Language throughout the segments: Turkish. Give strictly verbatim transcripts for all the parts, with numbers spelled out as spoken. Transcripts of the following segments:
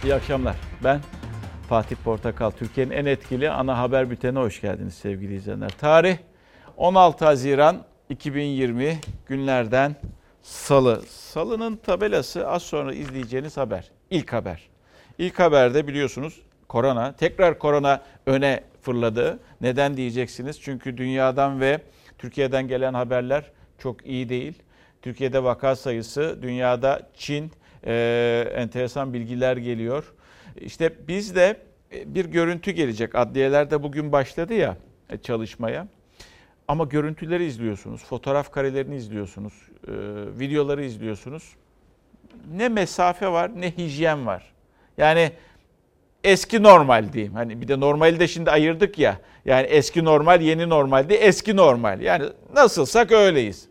İyi akşamlar. Ben Fatih Portakal. Türkiye'nin en etkili ana haber bültenine hoş geldiniz sevgili izleyenler. Tarih on altı Haziran iki bin yirmi günlerden Salı. Salı'nın tabelası az sonra izleyeceğiniz haber. İlk haber. İlk haberde biliyorsunuz korona. Tekrar korona öne fırladı. Neden diyeceksiniz? Çünkü dünyadan ve Türkiye'den gelen haberler çok iyi değil. Türkiye'de vaka sayısı, dünyada Çin, e, enteresan bilgiler geliyor. İşte bizde bir görüntü gelecek. Adliyelerde bugün başladı ya çalışmaya. Ama görüntüleri izliyorsunuz, fotoğraf karelerini izliyorsunuz, e, videoları izliyorsunuz. Ne mesafe var, ne hijyen var. Yani eski normal diyeyim. Hani bir de normali de şimdi ayırdık ya. Yani eski normal, yeni normal değil, eski normal. Yani nasılsak öyleyiz.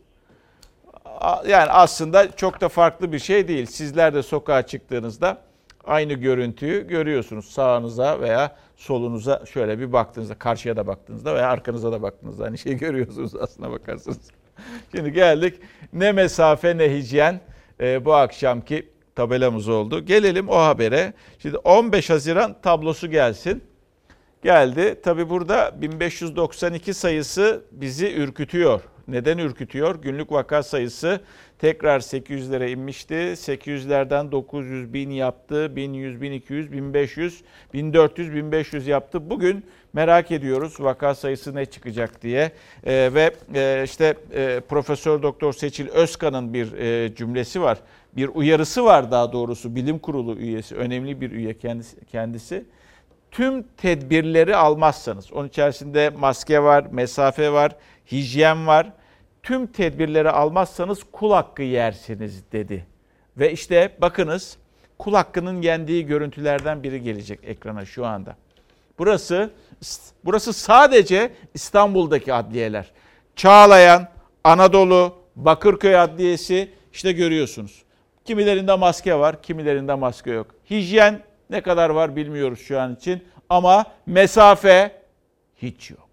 Yani aslında çok da farklı bir şey değil. Sizler de sokağa çıktığınızda aynı görüntüyü görüyorsunuz. Sağınıza veya solunuza şöyle bir baktığınızda, karşıya da baktığınızda veya arkanıza da baktığınızda aynı şeyi görüyorsunuz aslına bakarsanız. Şimdi geldik ne mesafe ne hijyen e, bu akşamki tabelamız oldu. Gelelim o habere. Şimdi on beş Haziran tablosu gelsin. Geldi. Tabii burada bin beş yüz doksan iki sayısı bizi ürkütüyor. Neden ürkütüyor? Günlük vaka sayısı tekrar sekiz yüzlere inmişti. sekiz yüzlerden dokuz yüz, bin yaptı. bin yüz, bin iki yüz, bin beş yüz, bin dört yüz, bin beş yüz yaptı. Bugün merak ediyoruz vaka sayısı ne çıkacak diye. Ee, ve e, işte e, Profesör Doktor Seçil Özkan'ın bir e, cümlesi var. Bir uyarısı var daha doğrusu. Bilim Kurulu üyesi, önemli bir üye kendisi. kendisi. Tüm tedbirleri almazsanız, onun içerisinde maske var, mesafe var, hijyen var. Tüm tedbirleri almazsanız kul hakkı yersiniz dedi. Ve işte bakınız kul hakkının yendiği görüntülerden biri gelecek ekrana şu anda. Burası burası sadece İstanbul'daki adliyeler. Çağlayan, Anadolu, Bakırköy Adliyesi işte görüyorsunuz. Kimilerinde maske var, kimilerinde maske yok. Hijyen ne kadar var bilmiyoruz şu an için ama mesafe hiç yok.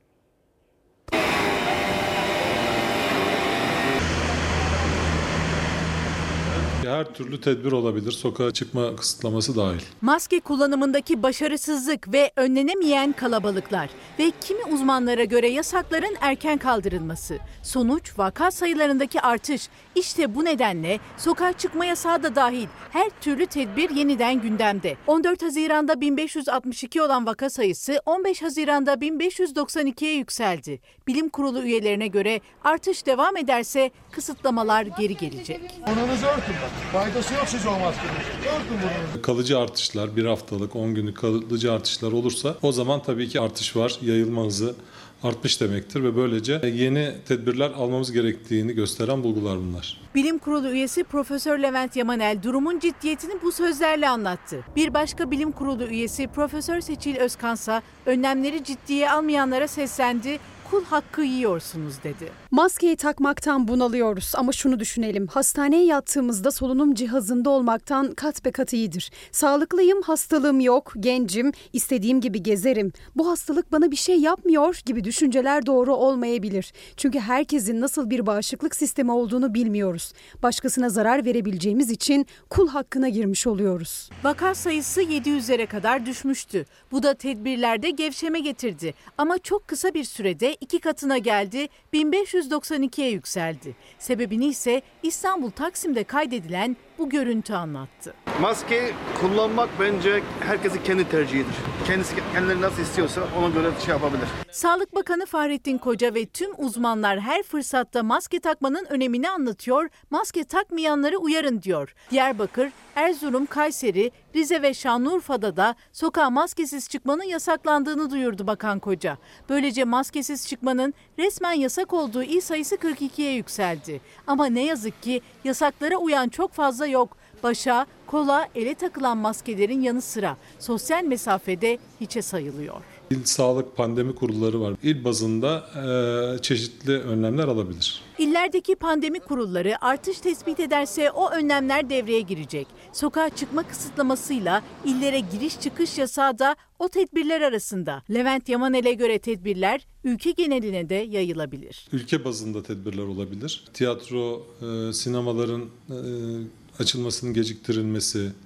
Her türlü tedbir olabilir. Sokağa çıkma kısıtlaması dahil. Maske kullanımındaki başarısızlık ve önlenemeyen kalabalıklar ve kimi uzmanlara göre yasakların erken kaldırılması. Sonuç vaka sayılarındaki artış. İşte bu nedenle sokağa çıkma yasağı da dahil her türlü tedbir yeniden gündemde. on dört Haziran'da bin beş yüz altmış iki olan vaka sayısı on beş Haziran'da bin beş yüz doksan ikiye yükseldi. Bilim Kurulu üyelerine göre artış devam ederse kısıtlamalar geri gelecek. Burnunuzu örtün bak. Faydası yok size o maskenin. Örtün burnunuzu. Kalıcı artışlar, bir haftalık, on günlük kalıcı artışlar olursa o zaman tabii ki artış var. Yayılma hızı artmış demektir ve böylece yeni tedbirler almamız gerektiğini gösteren bulgular bunlar. Bilim Kurulu üyesi Profesör Levent Yamanel durumun ciddiyetini bu sözlerle anlattı. Bir başka Bilim Kurulu üyesi Profesör Seçil Özkansa önlemleri ciddiye almayanlara seslendi. Kul hakkı yiyorsunuz dedi. Maskeyi takmaktan bunalıyoruz ama şunu düşünelim. Hastaneye yattığımızda solunum cihazında olmaktan kat be kat iyidir. Sağlıklıyım, hastalığım yok, gencim, istediğim gibi gezerim. Bu hastalık bana bir şey yapmıyor gibi düşünceler doğru olmayabilir. Çünkü herkesin nasıl bir bağışıklık sistemi olduğunu bilmiyoruz. Başkasına zarar verebileceğimiz için kul hakkına girmiş oluyoruz. Vaka sayısı yedi yüzlere kadar düşmüştü. Bu da tedbirlerde gevşeme getirdi. Ama çok kısa bir sürede iki katına geldi, bin beş yüz doksan ikiye yükseldi. Sebebini ise İstanbul Taksim'de kaydedilen bu görüntü anlattı. Maske kullanmak bence herkesin kendi tercihidir. Kendisi kendileri nasıl istiyorsa ona göre şey yapabilir. Sağlık Bakanı Fahrettin Koca ve tüm uzmanlar her fırsatta maske takmanın önemini anlatıyor, maske takmayanları uyarın diyor. Diyarbakır, Erzurum, Kayseri, Rize ve Şanlıurfa'da da sokağa maskesiz çıkmanın yasaklandığını duyurdu Bakan Koca. Böylece maskesiz çıkmanın resmen yasak olduğu il sayısı kırk ikiye yükseldi. Ama ne yazık ki yasaklara uyan çok fazla yok. Başa, kola, ele takılan maskelerin yanı sıra sosyal mesafede hiçe sayılıyor. İl sağlık pandemi kurulları var. İl bazında e, çeşitli önlemler alabilir. İllerdeki pandemi kurulları artış tespit ederse o önlemler devreye girecek. Sokağa çıkma kısıtlamasıyla illere giriş çıkış yasağı da o tedbirler arasında. Levent Yamanel'e göre tedbirler ülke geneline de yayılabilir. Ülke bazında tedbirler olabilir. Tiyatro, e, sinemaların e, açılmasının geciktirilmesi,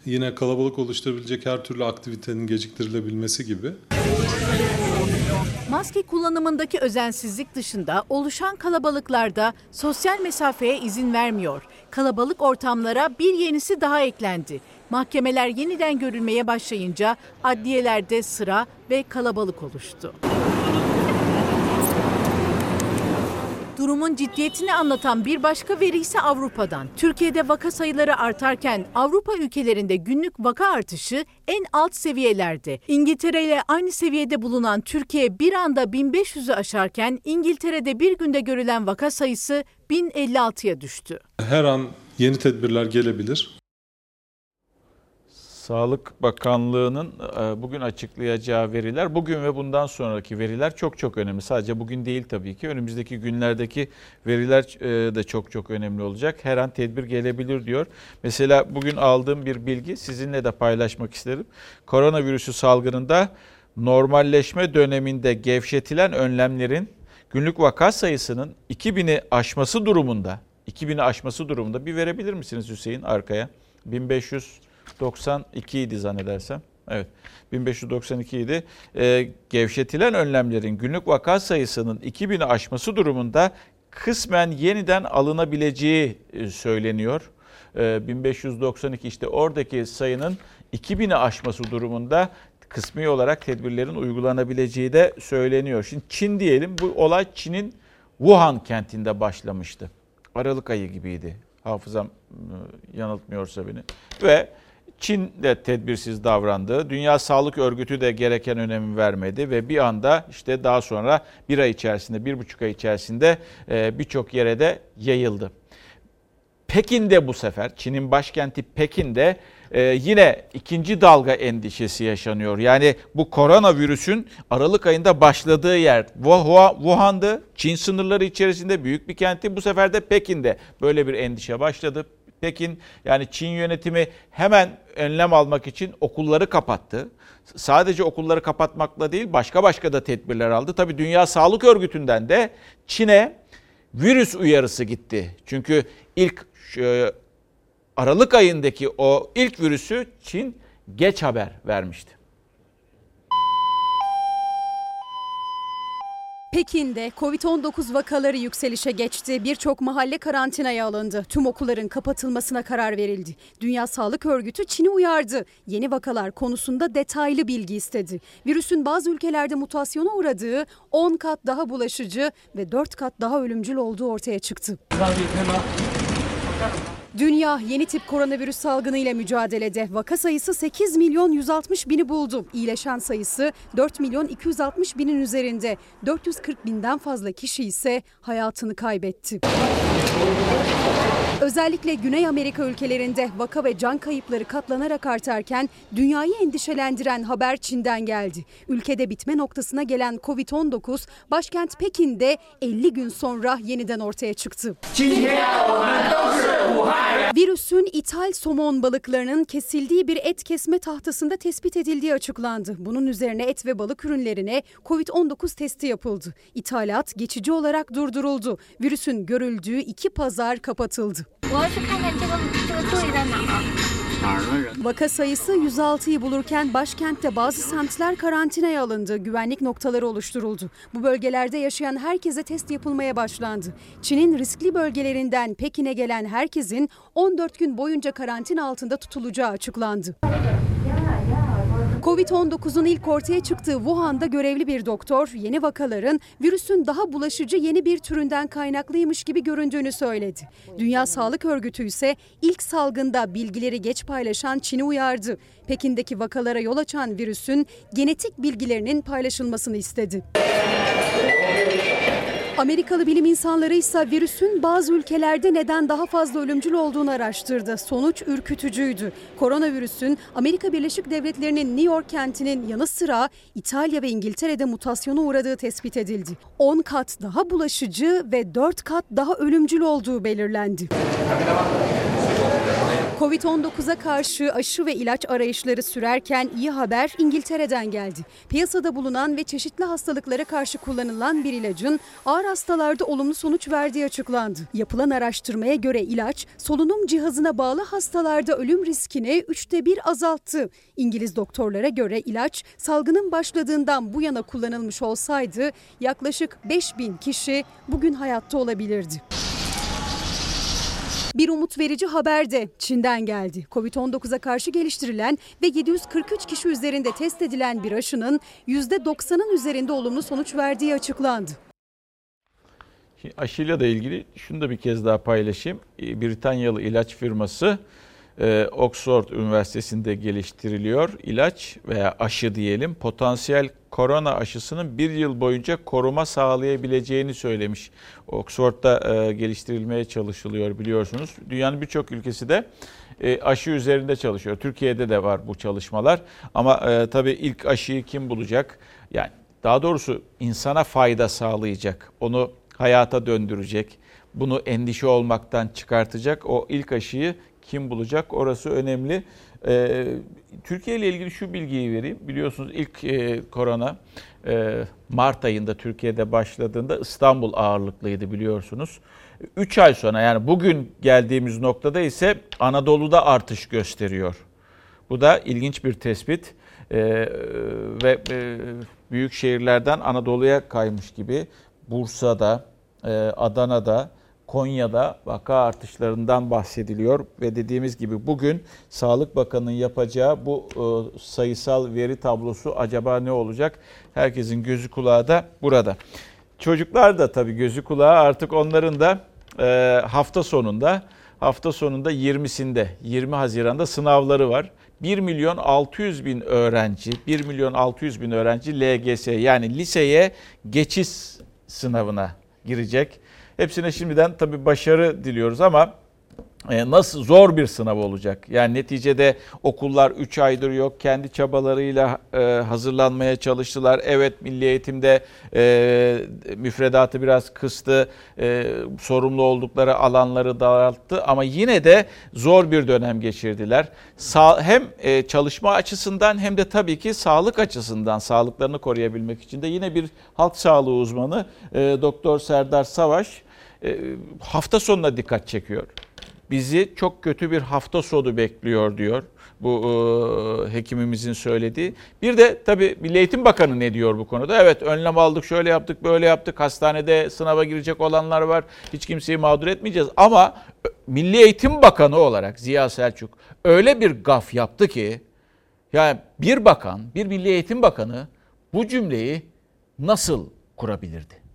yine kalabalık oluşturabilecek her türlü aktivitenin geciktirilebilmesi gibi. Maske kullanımındaki özensizlik dışında oluşan kalabalıklarda sosyal mesafeye izin vermiyor. Kalabalık ortamlara bir yenisi daha eklendi. Mahkemeler yeniden görülmeye başlayınca adliyelerde sıra ve kalabalık oluştu. Durumun ciddiyetini anlatan bir başka veri ise Avrupa'dan. Türkiye'de vaka sayıları artarken Avrupa ülkelerinde günlük vaka artışı en alt seviyelerde. İngiltere ile aynı seviyede bulunan Türkiye bir anda bin beş yüzü aşarken İngiltere'de bir günde görülen vaka sayısı bin elli altıya düştü. Her an yeni tedbirler gelebilir. Sağlık Bakanlığı'nın bugün açıklayacağı veriler, bugün ve bundan sonraki veriler çok çok önemli. Sadece bugün değil tabii ki. Önümüzdeki günlerdeki veriler de çok çok önemli olacak. Her an tedbir gelebilir diyor. Mesela bugün aldığım bir bilgi sizinle de paylaşmak isterim. Koronavirüsü salgınında normalleşme döneminde gevşetilen önlemlerin günlük vaka sayısının iki bini aşması durumunda, iki bini aşması durumunda bir verebilir misiniz Hüseyin arkaya? bin beş yüz doksan iki idi zannedersem. Evet, bin beş yüz doksan iki idi. Ee, gevşetilen önlemlerin günlük vaka sayısının iki bini aşması durumunda kısmen yeniden alınabileceği söyleniyor. Ee, bin beş yüz doksan iki işte oradaki sayının iki bini aşması durumunda kısmi olarak tedbirlerin uygulanabileceği de söyleniyor. Şimdi Çin diyelim, bu olay Çin'in Wuhan kentinde başlamıştı. Aralık ayı gibiydi. Hafızam yanıltmıyorsa beni. Ve Çin de tedbirsiz davrandı. Dünya Sağlık Örgütü de gereken önemi vermedi ve bir anda işte daha sonra bir ay içerisinde, bir buçuk ay içerisinde birçok yere de yayıldı. Pekin'de bu sefer, Çin'in başkenti Pekin'de yine ikinci dalga endişesi yaşanıyor. Yani bu koronavirüsün Aralık ayında başladığı yer Wuhan'dı. Çin sınırları içerisinde büyük bir kenti. Bu sefer de Pekin'de böyle bir endişe başladı. Pekin, yani Çin yönetimi hemen önlem almak için okulları kapattı. Sadece okulları kapatmakla değil, başka başka da tedbirler aldı. Tabii Dünya Sağlık Örgütü'nden de Çin'e virüs uyarısı gitti. Çünkü ilk e, Aralık ayındaki o ilk virüsü Çin geç haber vermişti. Pekin'de kovid on dokuz vakaları yükselişe geçti. Birçok mahalle karantinaya alındı. Tüm okulların kapatılmasına karar verildi. Dünya Sağlık Örgütü Çin'i uyardı. Yeni vakalar konusunda detaylı bilgi istedi. Virüsün bazı ülkelerde mutasyona uğradığı, on kat daha bulaşıcı ve dört kat daha ölümcül olduğu ortaya çıktı. Dünya yeni tip koronavirüs salgını ile mücadelede. Vaka sayısı sekiz milyon yüz altmış bini buldu. İyileşen sayısı dört milyon iki yüz altmış binin üzerinde. dört yüz kırk binden fazla kişi ise hayatını kaybetti. Özellikle Güney Amerika ülkelerinde vaka ve can kayıpları katlanarak artarken dünyayı endişelendiren haber Çin'den geldi. Ülkede bitme noktasına gelen kovid on dokuz başkent Pekin'de elli gün sonra yeniden ortaya çıktı. Virüsün ithal somon balıklarının kesildiği bir et kesme tahtasında tespit edildiği açıklandı. Bunun üzerine et ve balık ürünlerine kovid on dokuz testi yapıldı. İthalat geçici olarak durduruldu. Virüsün görüldüğü iki pazar kapatıldı. Vaka sayısı yüz altıyı bulurken başkentte bazı semtler karantinaya alındı. Güvenlik noktaları oluşturuldu. Bu bölgelerde yaşayan herkese test yapılmaya başlandı. Çin'in riskli bölgelerinden Pekin'e gelen herkesin on dört gün boyunca karantina altında tutulacağı açıklandı. kovid on dokuzun ilk ortaya çıktığı Wuhan'da görevli bir doktor yeni vakaların virüsün daha bulaşıcı yeni bir türünden kaynaklıymış gibi göründüğünü söyledi. Dünya Sağlık Örgütü ise ilk salgında bilgileri geç paylaşan Çin'i uyardı. Pekin'deki vakalara yol açan virüsün genetik bilgilerinin paylaşılmasını istedi. Amerikalı bilim insanları ise virüsün bazı ülkelerde neden daha fazla ölümcül olduğunu araştırdı. Sonuç ürkütücüydü. Koronavirüsün Amerika Birleşik Devletleri'nin New York kentinin yanı sıra İtalya ve İngiltere'de mutasyona uğradığı tespit edildi. on kat daha bulaşıcı ve dört kat daha ölümcül olduğu belirlendi. kovid on dokuza karşı aşı ve ilaç arayışları sürerken iyi haber İngiltere'den geldi. Piyasada bulunan ve çeşitli hastalıklara karşı kullanılan bir ilacın ağır hastalarda olumlu sonuç verdiği açıklandı. Yapılan araştırmaya göre ilaç solunum cihazına bağlı hastalarda ölüm riskini üçte bir azalttı. İngiliz doktorlara göre ilaç salgının başladığından bu yana kullanılmış olsaydı yaklaşık beş bin kişi bugün hayatta olabilirdi. Bir umut verici haber de Çin'den geldi. kovid on dokuza karşı geliştirilen ve yedi yüz kırk üç kişi üzerinde test edilen bir aşının yüzde doksanın üzerinde olumlu sonuç verdiği açıklandı. Aşıyla da ilgili şunu da bir kez daha paylaşayım. Britanyalı ilaç firması Oxford Üniversitesi'nde geliştiriliyor. İlaç veya aşı diyelim, potansiyel korona aşısının bir yıl boyunca koruma sağlayabileceğini söylemiş. Oxford'da geliştirilmeye çalışılıyor biliyorsunuz. Dünyanın birçok ülkesi de aşı üzerinde çalışıyor. Türkiye'de de var bu çalışmalar. Ama tabii ilk aşıyı kim bulacak? Yani daha doğrusu insana fayda sağlayacak, onu hayata döndürecek, bunu endişe olmaktan çıkartacak o ilk aşıyı kim bulacak? Orası önemli. Ee, Türkiye ile ilgili şu bilgiyi vereyim. Biliyorsunuz ilk e, korona e, Mart ayında Türkiye'de başladığında İstanbul ağırlıklıydı biliyorsunuz. üç ay sonra, yani bugün geldiğimiz noktada ise Anadolu'da artış gösteriyor. Bu da ilginç bir tespit. Ee, ve e, büyük şehirlerden Anadolu'ya kaymış gibi Bursa'da, e, Adana'da, Konya'da vaka artışlarından bahsediliyor ve dediğimiz gibi bugün Sağlık Bakanı'nın yapacağı bu e, sayısal veri tablosu acaba ne olacak? Herkesin gözü kulağı da burada. Çocuklar da tabii gözü kulağı artık onların da e, hafta sonunda hafta sonunda yirmisinde yirmi Haziran'da sınavları var. bir milyon altı yüz bin öğrenci, bir milyon altı yüz bin öğrenci L G S yani liseye geçiş sınavına girecek. Hepsine şimdiden tabii başarı diliyoruz ama nasıl zor bir sınav olacak. Yani neticede okullar üç aydır yok. Kendi çabalarıyla hazırlanmaya çalıştılar. Evet, Milli Eğitim'de müfredatı biraz kıstı. Sorumlu oldukları alanları daralttı. Ama yine de zor bir dönem geçirdiler. Hem çalışma açısından hem de tabii ki sağlık açısından sağlıklarını koruyabilmek için de yine bir halk sağlığı uzmanı Doktor Serdar Savaş hafta sonuna dikkat çekiyor. Bizi çok kötü bir hafta sonu bekliyor diyor bu e, hekimimizin söylediği. Bir de tabii Milli Eğitim Bakanı ne diyor bu konuda? Evet, önlem aldık, şöyle yaptık, böyle yaptık. Hastanede sınava girecek olanlar var. Hiç kimseyi mağdur etmeyeceğiz. Ama Milli Eğitim Bakanı olarak Ziya Selçuk öyle bir gaf yaptı ki, yani bir bakan, bir Milli Eğitim Bakanı bu cümleyi nasıl kurabilirdi?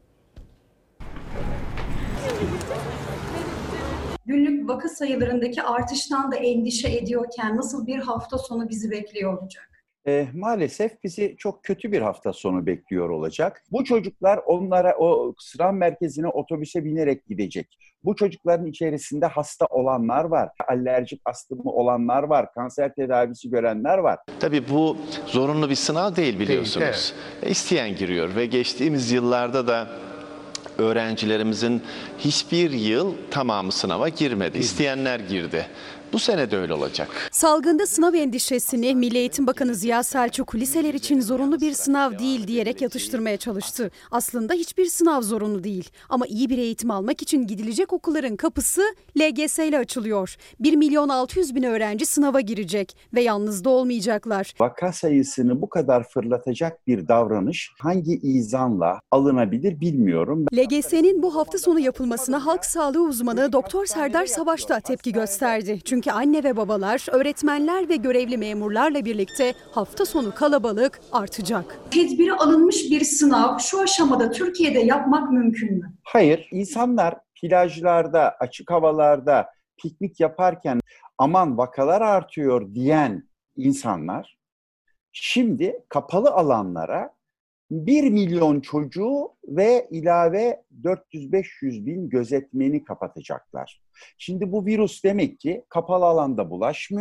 Günlük vaka sayılarındaki artıştan da endişe ediyorken nasıl bir hafta sonu bizi bekliyor olacak? E, maalesef bizi çok kötü bir hafta sonu bekliyor olacak. Bu çocuklar onlara o sınav merkezine otobüse binerek gidecek. Bu çocukların içerisinde hasta olanlar var, alerjik astımı olanlar var, kanser tedavisi görenler var. Tabii bu zorunlu bir sınav değil biliyorsunuz. Değil, evet. İsteyen giriyor ve geçtiğimiz yıllarda da öğrencilerimizin hiçbir yıl tamamı sınava girmedi. İsteyenler girdi. Bu sene de öyle olacak. Salgında sınav endişesini Milli Eğitim Bakanı Ziya Selçuk liseler için zorunlu bir sınav değil diyerek yatıştırmaya çalıştı. Aslında hiçbir sınav zorunlu değil. Ama iyi bir eğitim almak için gidilecek okulların kapısı L G S ile açılıyor. bir milyon altı yüz bin öğrenci sınava girecek ve yalnız da olmayacaklar. Vaka sayısını bu kadar fırlatacak bir davranış hangi izanla alınabilir bilmiyorum. L G S'nin bu hafta sonu yapılmasına halk sağlığı uzmanı Doktor Serdar Savaş da tepki gösterdi. Çünkü Çünkü anne ve babalar, öğretmenler ve görevli memurlarla birlikte hafta sonu kalabalık artacak. Tedbiri alınmış bir sınav şu aşamada Türkiye'de yapmak mümkün mü? Hayır, insanlar plajlarda, açık havalarda piknik yaparken aman vakalar artıyor diyen insanlar şimdi kapalı alanlara bir milyon çocuğu ve ilave dört yüz beş yüz bin gözetmeni kapatacaklar. Şimdi bu virüs demek ki kapalı alanda bulaşmıyor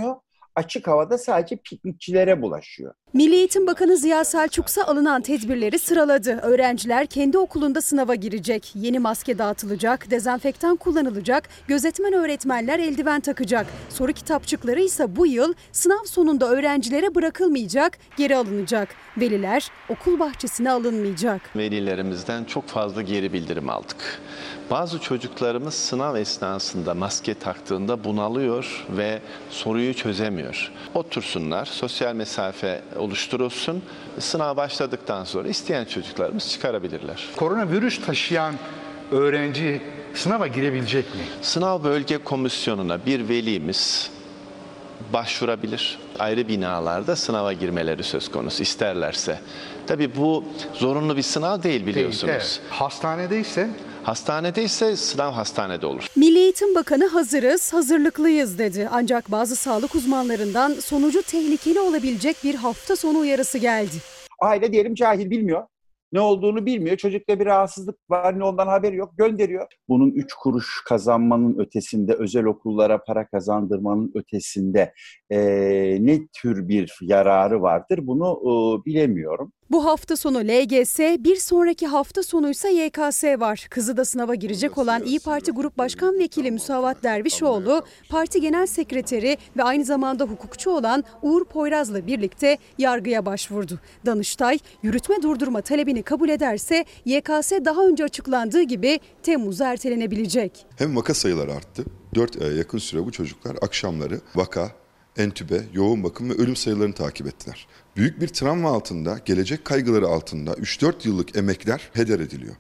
açık havada sadece piknikçilere bulaşıyor. Milli Eğitim Bakanı Ziya Selçuksa alınan tedbirleri sıraladı. Öğrenciler kendi okulunda sınava girecek. Yeni maske dağıtılacak, dezenfektan kullanılacak, gözetmen öğretmenler eldiven takacak. Soru kitapçıkları ise bu yıl sınav sonunda öğrencilere bırakılmayacak, geri alınacak. Veliler okul bahçesine alınmayacak. Velilerimizden çok fazla geri bildirim aldık. Bazı çocuklarımız sınav esnasında maske taktığında bunalıyor ve soruyu çözemiyor. Otursunlar, sosyal mesafe oluşturulsun. Sınav başladıktan sonra isteyen çocuklarımız çıkarabilirler. Koronavirüs taşıyan öğrenci sınava girebilecek mi? Sınav bölge komisyonuna bir velimiz başvurabilir. Ayrı binalarda sınava girmeleri söz konusu isterlerse. Tabii bu zorunlu bir sınav değil biliyorsunuz. Değil, evet. Hastanedeyse? Hastanede ise sınav hastanede olur. Milli Eğitim Bakanı hazırız, hazırlıklıyız dedi. Ancak bazı sağlık uzmanlarından sonucu tehlikeli olabilecek bir hafta sonu uyarısı geldi. Aile diyelim cahil, bilmiyor. Ne olduğunu bilmiyor. Çocukta bir rahatsızlık var, ne ondan haberi yok, gönderiyor. Bunun üç kuruş kazanmanın ötesinde, özel okullara para kazandırmanın ötesinde e, ne tür bir yararı vardır bunu e, bilemiyorum. Bu hafta sonu L G S, bir sonraki hafta sonuysa Y K S var. Kızı da sınava girecek olan İYİ Parti Grup Başkan Vekili Müsavat Dervişoğlu, parti genel sekreteri ve aynı zamanda hukukçu olan Uğur Poyraz'la birlikte yargıya başvurdu. Danıştay, yürütme durdurma talebini kabul ederse Y K S daha önce açıklandığı gibi Temmuz'a ertelenebilecek. Hem vaka sayıları arttı. dört aya yakın süre bu çocuklar akşamları vaka, entübe, yoğun bakım ve ölüm sayılarını takip ettiler. Büyük bir travma altında, gelecek kaygıları altında üç dört yıllık emekler heder ediliyor.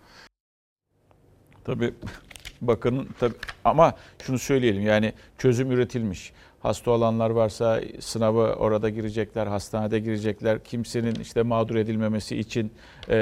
Tabii bakın tabii, ama şunu söyleyelim, yani çözüm üretilmiş. Hasta olanlar varsa sınavı orada girecekler, hastanede girecekler. Kimsenin işte mağdur edilmemesi için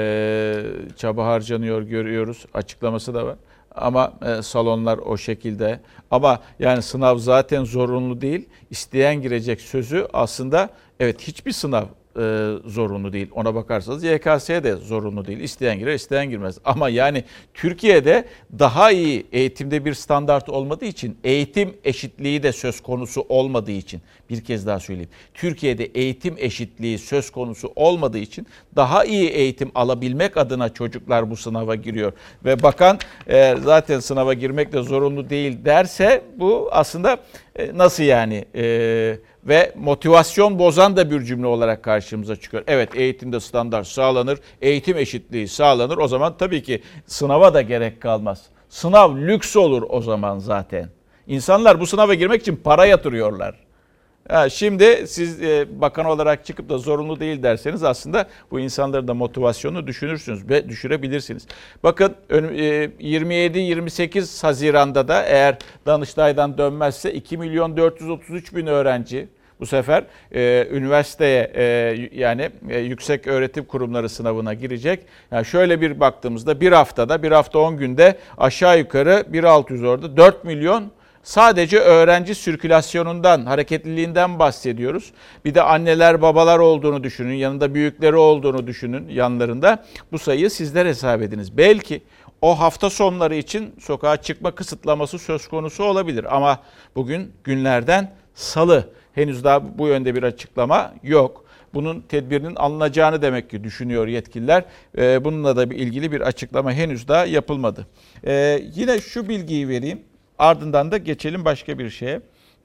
e, çaba harcanıyor, görüyoruz. Açıklaması da var. Ama e, salonlar o şekilde. Ama yani sınav zaten zorunlu değil. İsteyen girecek sözü aslında, evet, hiçbir sınav e, zorunlu değil. Ona bakarsanız Y K S de zorunlu değil. İsteyen girer, isteyen girmez. Ama yani Türkiye'de daha iyi eğitimde bir standart olmadığı için, eğitim eşitliği de söz konusu olmadığı için, bir kez daha söyleyeyim. Türkiye'de eğitim eşitliği söz konusu olmadığı için daha iyi eğitim alabilmek adına çocuklar bu sınava giriyor. Ve bakan e, zaten sınava girmek de zorunlu değil derse, bu aslında e, nasıl yani? E, ve motivasyon bozan da bir cümle olarak karşımıza çıkıyor. Evet, eğitimde standart sağlanır, eğitim eşitliği sağlanır. O zaman tabii ki sınava da gerek kalmaz. Sınav lüks olur o zaman zaten. İnsanlar bu sınava girmek için para yatırıyorlar. Ha, şimdi siz e, bakan olarak çıkıp da zorunlu değil derseniz aslında bu insanların da motivasyonunu düşünürsünüz ve düşürebilirsiniz. Bakın e, yirmi yedi yirmi sekiz Haziran'da da eğer Danıştay'dan dönmezse iki milyon dört yüz otuz üç bin öğrenci bu sefer e, üniversiteye e, yani e, yüksek öğretim kurumları sınavına girecek. Yani şöyle bir baktığımızda bir haftada, bir hafta on günde aşağı yukarı bir altı yüz orada dört milyon sadece öğrenci sirkülasyonundan, hareketliliğinden bahsediyoruz. Bir de anneler, babalar olduğunu düşünün, yanında büyükleri olduğunu düşünün yanlarında. Bu sayıyı sizler hesap ediniz. Belki o hafta sonları için sokağa çıkma kısıtlaması söz konusu olabilir. Ama bugün günlerden salı. Henüz daha bu yönde bir açıklama yok. Bunun tedbirinin alınacağını demek ki düşünüyor yetkililer. Ee, bununla da bir ilgili bir açıklama henüz daha yapılmadı. Ee, yine şu bilgiyi vereyim. Ardından da geçelim başka bir şeye.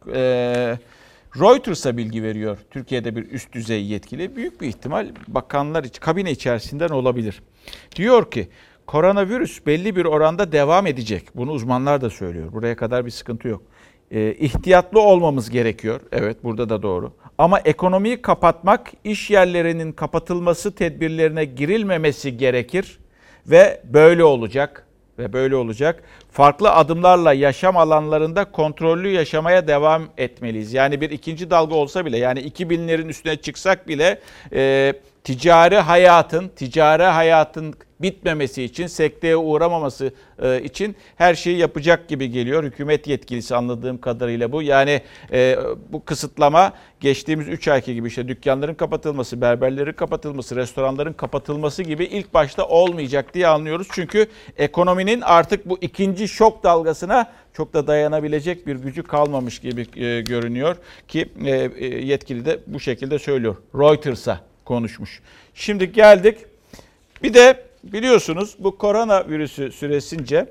Ee, Reuters'a bilgi veriyor Türkiye'de bir üst düzey yetkili. Büyük bir ihtimal bakanlar, kabine içerisinden olabilir. Diyor ki koronavirüs belli bir oranda devam edecek. Bunu uzmanlar da söylüyor. Buraya kadar bir sıkıntı yok. Ee, ihtiyatlı olmamız gerekiyor. Evet, burada da doğru. Ama ekonomiyi kapatmak, iş yerlerinin kapatılması tedbirlerine girilmemesi gerekir ve böyle olacak. Ve böyle olacak. Farklı adımlarla yaşam alanlarında kontrollü yaşamaya devam etmeliyiz. Yani bir ikinci dalga olsa bile, yani iki binlerin üstüne çıksak bile e, ticari hayatın, ticari hayatın bitmemesi için, sekteye uğramaması için her şeyi yapacak gibi geliyor. Hükümet yetkilisi anladığım kadarıyla bu. Yani e, bu kısıtlama geçtiğimiz üç ayki gibi işte dükkanların kapatılması, berberlerin kapatılması, restoranların kapatılması gibi ilk başta olmayacak diye anlıyoruz. Çünkü ekonominin artık bu ikinci şok dalgasına çok da dayanabilecek bir gücü kalmamış gibi e, görünüyor ki e, yetkili de bu şekilde söylüyor. Reuters'a konuşmuş. Şimdi geldik. Bir de biliyorsunuz bu koronavirüsü süresince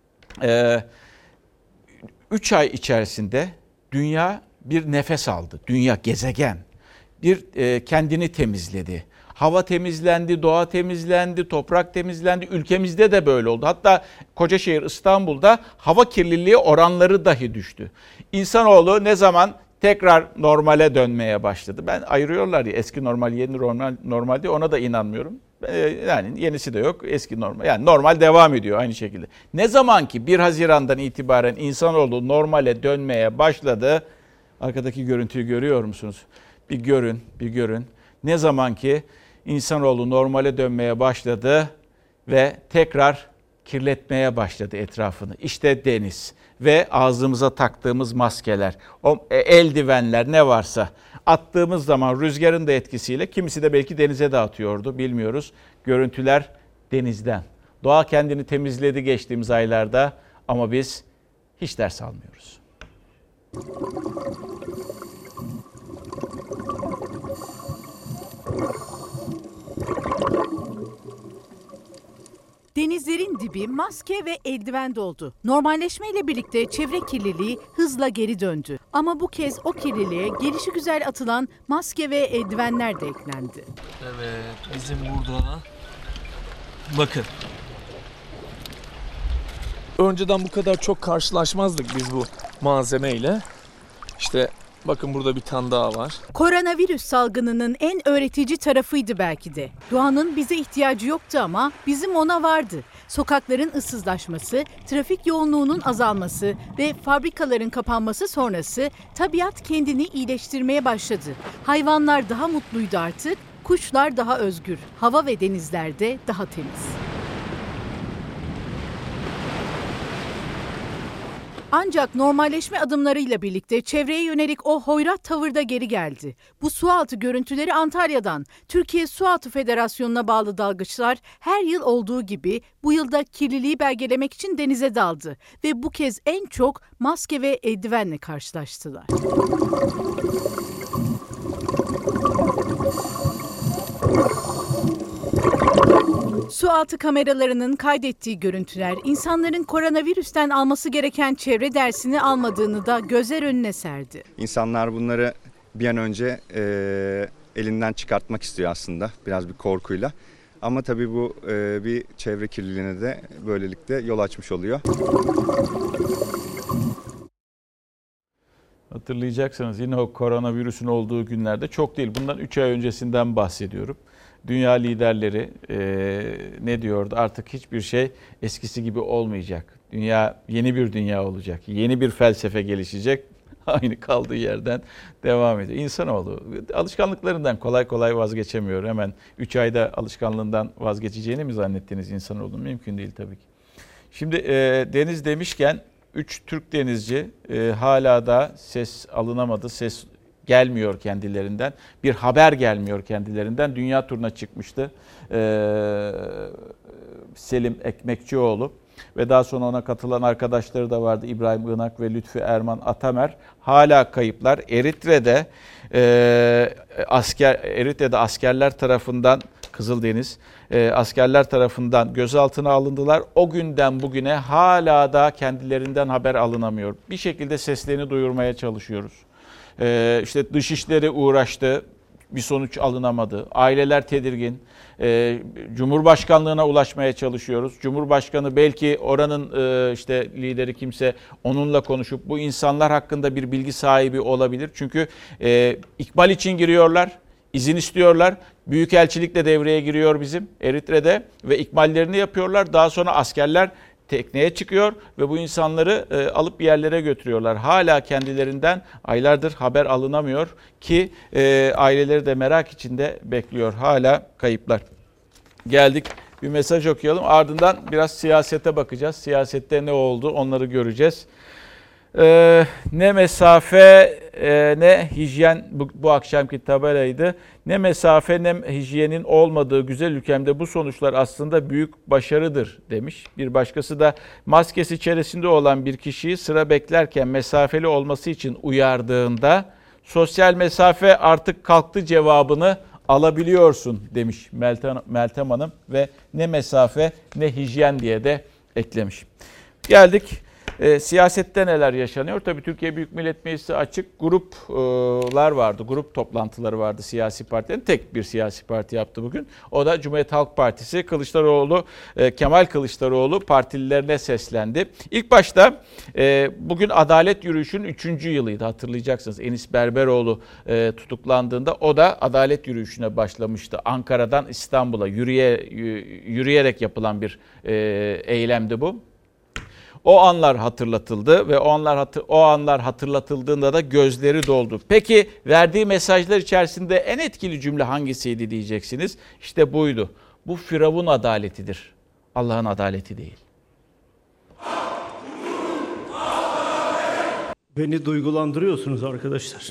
üç ay içerisinde dünya bir nefes aldı. Dünya, gezegen bir e, kendini temizledi. Hava temizlendi, doğa temizlendi, toprak temizlendi. Ülkemizde de böyle oldu. Hatta Kocaşehir İstanbul'da hava kirliliği oranları dahi düştü. İnsanoğlu ne zaman tekrar normale dönmeye başladı? Ben ayırıyorlar ya eski normal, yeni normal, normal diye, ona da inanmıyorum. Yani yenisi de yok, eski normal. Yani normal devam ediyor aynı şekilde. Ne zaman ki bir Haziran'dan itibaren insanoğlu normale dönmeye başladı, arkadaki görüntüyü görüyor musunuz? Bir görün, bir görün. Ne zaman ki insanoğlu normale dönmeye başladı ve tekrar kirletmeye başladı etrafını. İşte deniz ve ağzımıza taktığımız maskeler, o eldivenler, ne varsa attığımız zaman rüzgarın da etkisiyle kimisi de belki denize de atıyordu, bilmiyoruz. Görüntüler denizden. Doğa kendini temizledi geçtiğimiz aylarda ama biz hiç ders almıyoruz. Denizlerin dibi maske ve eldiven doldu. Normalleşmeyle birlikte çevre kirliliği hızla geri döndü. Ama bu kez o kirliliğe gelişigüzel atılan maske ve eldivenler de eklendi. Evet, bizim burada bakın. Önceden bu kadar çok karşılaşmazdık biz bu malzemeyle. İşte bakın burada bir tane daha var. Koronavirüs salgınının en öğretici tarafıydı belki de. Doğanın bize ihtiyacı yoktu ama bizim ona vardı. Sokakların ıssızlaşması, trafik yoğunluğunun azalması ve fabrikaların kapanması sonrası tabiat kendini iyileştirmeye başladı. Hayvanlar daha mutluydu artık, kuşlar daha özgür, hava ve denizler de daha temiz. Ancak normalleşme adımlarıyla birlikte çevreye yönelik o hoyrat tavır da geri geldi. Bu sualtı görüntüleri Antalya'dan. Türkiye Sualtı Federasyonu'na bağlı dalgıçlar her yıl olduğu gibi bu yılda kirliliği belgelemek için denize daldı. Ve bu kez en çok maske ve eldivenle karşılaştılar. Sualtı kameralarının kaydettiği görüntüler insanların koronavirüsten alması gereken çevre dersini almadığını da gözler önüne serdi. İnsanlar bunları bir an önce e, elinden çıkartmak istiyor aslında, biraz bir korkuyla. Ama tabii bu e, bir çevre kirliliğine de böylelikle yol açmış oluyor. Hatırlayacaksınız yine o koronavirüsün olduğu günlerde, çok değil bundan üç ay öncesinden bahsediyorum. Dünya liderleri e, ne diyordu? Artık hiçbir şey eskisi gibi olmayacak. Dünya yeni bir dünya olacak. Yeni bir felsefe gelişecek. Aynı kaldığı yerden devam ediyor. İnsanoğlu alışkanlıklarından kolay kolay vazgeçemiyor. Hemen üç ayda alışkanlığından vazgeçeceğini mi zannettiniz insanoğlunun? Mümkün değil tabii ki. Şimdi e, deniz demişken üç Türk denizci e, hala da ses alınamadı. Ses gelmiyor kendilerinden. Bir haber gelmiyor kendilerinden. Dünya turuna çıkmıştı ee, Selim Ekmekçioğlu ve daha sonra ona katılan arkadaşları da vardı. İbrahim Inak ve Lütfü Erman Atamer. Hala kayıplar. Eritre'de e, asker Eritre'de askerler tarafından Kızıldeniz e, askerler tarafından gözaltına alındılar. O günden bugüne hala da kendilerinden haber alınamıyor. Bir şekilde seslerini duyurmaya çalışıyoruz. Ee, işte dışişleri uğraştı, bir sonuç alınamadı. Aileler tedirgin. Ee, Cumhurbaşkanlığına ulaşmaya çalışıyoruz. Cumhurbaşkanı belki oranın e, işte lideri kimse onunla konuşup bu insanlar hakkında bir bilgi sahibi olabilir. Çünkü e, ikbal için giriyorlar, izin istiyorlar. Büyükelçilik de devreye giriyor bizim Eritre'de ve ikballerini yapıyorlar. Daha sonra askerler tekneye çıkıyor ve bu insanları e, alıp bir yerlere götürüyorlar. Hala kendilerinden aylardır haber alınamıyor ki e, aileleri de merak içinde bekliyor. Hala kayıplar. Geldik, bir mesaj okuyalım. Ardından biraz siyasete bakacağız. Siyasette ne oldu onları göreceğiz. Ee, ne mesafe e, ne hijyen, bu, bu akşamki tabelaydı. Ne mesafe ne hijyenin olmadığı güzel ülkemde bu sonuçlar aslında büyük başarıdır demiş. Bir başkası da maskesi içerisinde olan bir kişiyi sıra beklerken mesafeli olması için uyardığında sosyal mesafe artık kalktı cevabını alabiliyorsun demiş Meltem, Meltem Hanım ve ne mesafe ne hijyen diye de eklemiş. Geldik. E, siyasette neler yaşanıyor? Tabii Türkiye Büyük Millet Meclisi açık, gruplar vardı, grup toplantıları vardı siyasi partilerin. Tek bir siyasi parti yaptı bugün. O da Cumhuriyet Halk Partisi. Kılıçdaroğlu, e, Kemal Kılıçdaroğlu partililerine seslendi. İlk başta e, bugün Adalet Yürüyüşü'nün üçüncü yılıydı, hatırlayacaksınız. Enis Berberoğlu e, tutuklandığında o da Adalet Yürüyüşü'ne başlamıştı. Ankara'dan İstanbul'a yürüye, yürüyerek yapılan bir e, eylemdi bu. O anlar hatırlatıldı ve o anlar hatır, o anlar hatırlatıldığında da gözleri doldu. Peki verdiği mesajlar içerisinde en etkili cümle hangisiydi diyeceksiniz? İşte buydu. Bu Firavun adaletidir. Allah'ın adaleti değil. Beni duygulandırıyorsunuz arkadaşlar.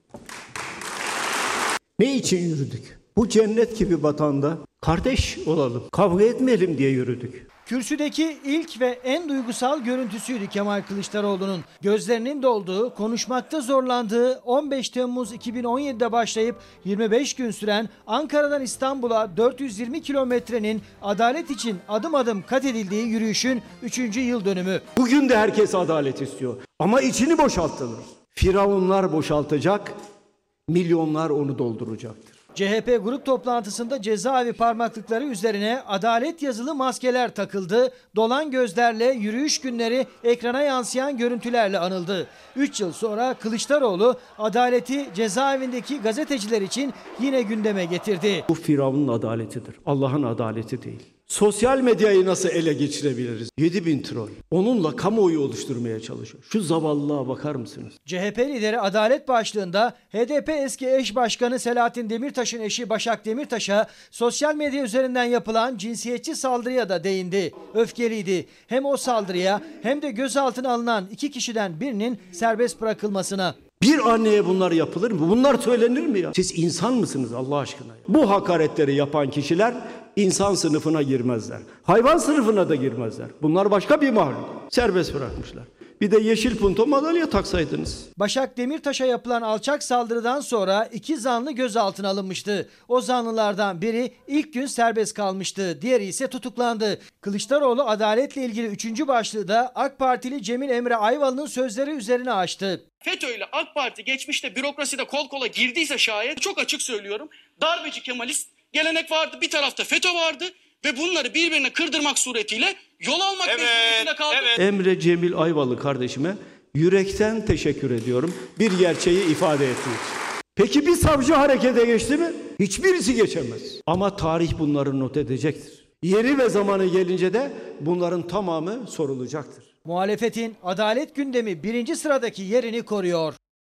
Ne için yürüdük? Bu cennet gibi vatanda kardeş olalım, kavga etmeyelim diye yürüdük. Kürsüdeki ilk ve en duygusal görüntüsüydü Kemal Kılıçdaroğlu'nun. Gözlerinin dolduğu, konuşmakta zorlandığı on beş Temmuz iki bin on yedi'de başlayıp yirmi beş gün süren Ankara'dan İstanbul'a dört yüz yirmi kilometrenin adalet için adım adım kat edildiği yürüyüşün üçüncü yıl dönümü. Bugün de herkes adalet istiyor ama içini boşaltılır. Firavunlar boşaltacak, milyonlar onu dolduracaktır. C H P grup toplantısında cezaevi parmaklıkları üzerine adalet yazılı maskeler takıldı. Dolan gözlerle yürüyüş günleri ekrana yansıyan görüntülerle anıldı. üç yıl sonra Kılıçdaroğlu adaleti cezaevindeki gazeteciler için yine gündeme getirdi. Bu Firavun'un adaletidir. Allah'ın adaleti değil. Sosyal medyayı nasıl ele geçirebiliriz? yedi bin troll. Onunla kamuoyu oluşturmaya çalışıyor. Şu zavallılığa bakar mısınız? C H P lideri adalet başlığında H D P eski eş başkanı Selahattin Demirtaş'ın eşi Başak Demirtaş'a sosyal medya üzerinden yapılan cinsiyetçi saldırıya da değindi. Öfkeliydi. Hem o saldırıya hem de gözaltına alınan iki kişiden birinin serbest bırakılmasına. Bir anneye bunlar yapılır mı? Bunlar söylenir mi ya? Siz insan mısınız Allah aşkına? Bu hakaretleri yapan kişiler insan sınıfına girmezler. Hayvan sınıfına da girmezler. Bunlar başka bir mahluk. Serbest bırakmışlar. Bir de yeşil punto madalya taksaydınız. Başak Demirtaş'a yapılan alçak saldırıdan sonra iki zanlı gözaltına alınmıştı. O zanlılardan biri ilk gün serbest kalmıştı. Diğeri ise tutuklandı. Kılıçdaroğlu adaletle ilgili üçüncü başlığı da AK Partili Cemil Emre Ayvalı'nın sözleri üzerine açtı. FETÖ ile AK Parti geçmişte bürokraside kol kola girdiyse şayet, çok açık söylüyorum, darbeci Kemalist gelenek vardı, bir tarafta FETÖ vardı ve bunları birbirine kırdırmak suretiyle yol almak evet, mecburiyetinde kaldı. Evet. Emre Cemil Ayvalı kardeşime yürekten teşekkür ediyorum. Bir gerçeği ifade ettiği için. Peki bir savcı harekete geçti mi? Hiçbirisi geçemez. Ama tarih bunları not edecektir. Yeri ve zamanı gelince de bunların tamamı sorulacaktır. Muhalefetin adalet gündemi birinci sıradaki yerini koruyor.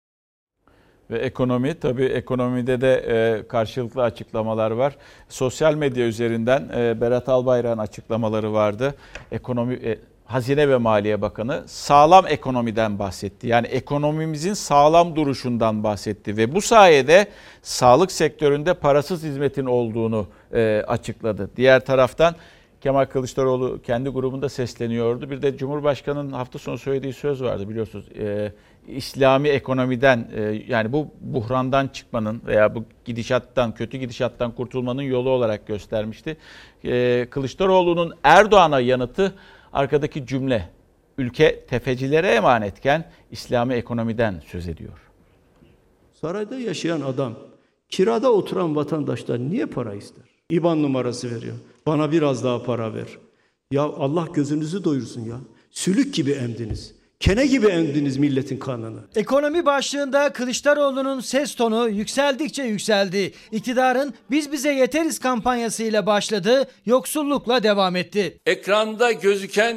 Ve ekonomi, tabii ekonomide de e, karşılıklı açıklamalar var. Sosyal medya üzerinden e, Berat Albayrak'ın açıklamaları vardı. Ekonomi e, Hazine ve Maliye Bakanı sağlam ekonomiden bahsetti. Yani ekonomimizin sağlam duruşundan bahsetti ve bu sayede sağlık sektöründe parasız hizmetin olduğunu e, açıkladı. Diğer taraftan Kemal Kılıçdaroğlu kendi grubunda sesleniyordu. Bir de Cumhurbaşkanı'nın hafta sonu söylediği söz vardı biliyorsunuz. Ee, İslami ekonomiden e, yani bu buhrandan çıkmanın veya bu gidişattan, kötü gidişattan kurtulmanın yolu olarak göstermişti. Ee, Kılıçdaroğlu'nun Erdoğan'a yanıtı arkadaki cümle. Ülke tefecilere emanetken İslami ekonomiden söz ediyor. Sarayda yaşayan adam kirada oturan vatandaştan niye para ister? İban numarası veriyor. Bana biraz daha para ver. Ya Allah gözünüzü doyursun ya. Sülük gibi emdiniz. Kene gibi emdiniz milletin kanını. Ekonomi başlığında Kılıçdaroğlu'nun ses tonu yükseldikçe yükseldi. İktidarın biz bize yeteriz kampanyasıyla başladı, yoksullukla devam etti. Ekranda gözüken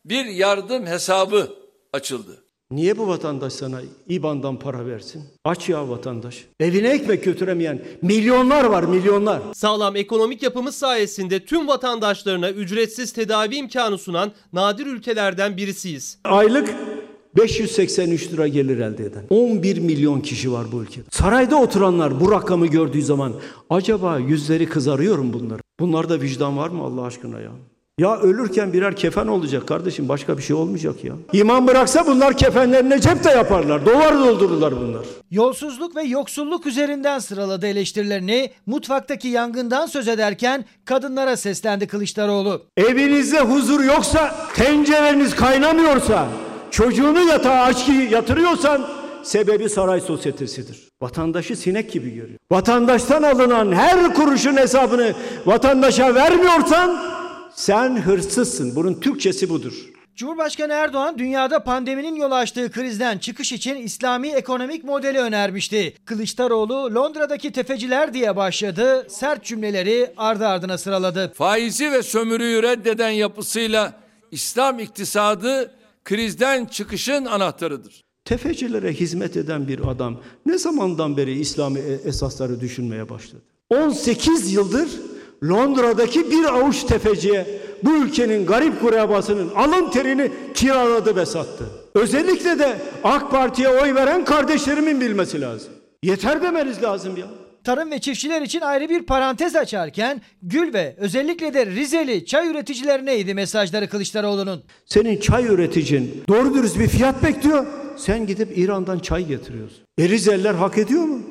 bir yardım hesabı açıldı. Niye bu vatandaş sana İ B A N'dan para versin? Aç ya vatandaş. Evine ekmek götüremeyen milyonlar var, milyonlar. Sağlam ekonomik yapımız sayesinde tüm vatandaşlarına ücretsiz tedavi imkanı sunan nadir ülkelerden birisiyiz. Aylık beş yüz seksen üç lira gelir elde eden on bir milyon kişi var bu ülkede. Sarayda oturanlar bu rakamı gördüğü zaman acaba yüzleri kızarıyor mu bunlar? Bunlarda vicdan var mı Allah aşkına ya? Ya ölürken birer kefen olacak kardeşim, başka bir şey olmayacak ya. İman bıraksa bunlar kefenlerine cep de yaparlar. Dolar doldururlar bunlar. Yolsuzluk ve yoksulluk üzerinden sıraladı eleştirilerini. Mutfaktaki yangından söz ederken kadınlara seslendi Kılıçdaroğlu. Evinizde huzur yoksa, tencereniz kaynamıyorsa, çocuğunu yatağa aç ki yatırıyorsan sebebi saray sosyetesidir. Vatandaşı sinek gibi görüyor. Vatandaştan alınan her kuruşun hesabını vatandaşa vermiyorsan sen hırsızsın. Bunun Türkçesi budur. Cumhurbaşkanı Erdoğan dünyada pandeminin yol açtığı krizden çıkış için İslami ekonomik modeli önermişti. Kılıçdaroğlu Londra'daki tefeciler diye başladı, sert cümleleri ardı ardına sıraladı. Faizi ve sömürüyü reddeden yapısıyla İslam iktisadı krizden çıkışın anahtarıdır. Tefecilere hizmet eden bir adam ne zamandan beri İslami esasları düşünmeye başladı? on sekiz yıldır Londra'daki bir avuç tefeciye bu ülkenin garip kurabasının alın terini kiraladı ve sattı. Özellikle de AK Parti'ye oy veren kardeşlerimin bilmesi lazım. Yeter demeniz lazım ya. Tarım ve çiftçiler için ayrı bir parantez açarken Gül ve özellikle de Rizeli çay üreticilerine mesajları Kılıçdaroğlu'nun. Senin çay üreticin doğru dürüst bir fiyat bekliyor. Sen gidip İran'dan çay getiriyorsun. E Rizeliler hak ediyor mu?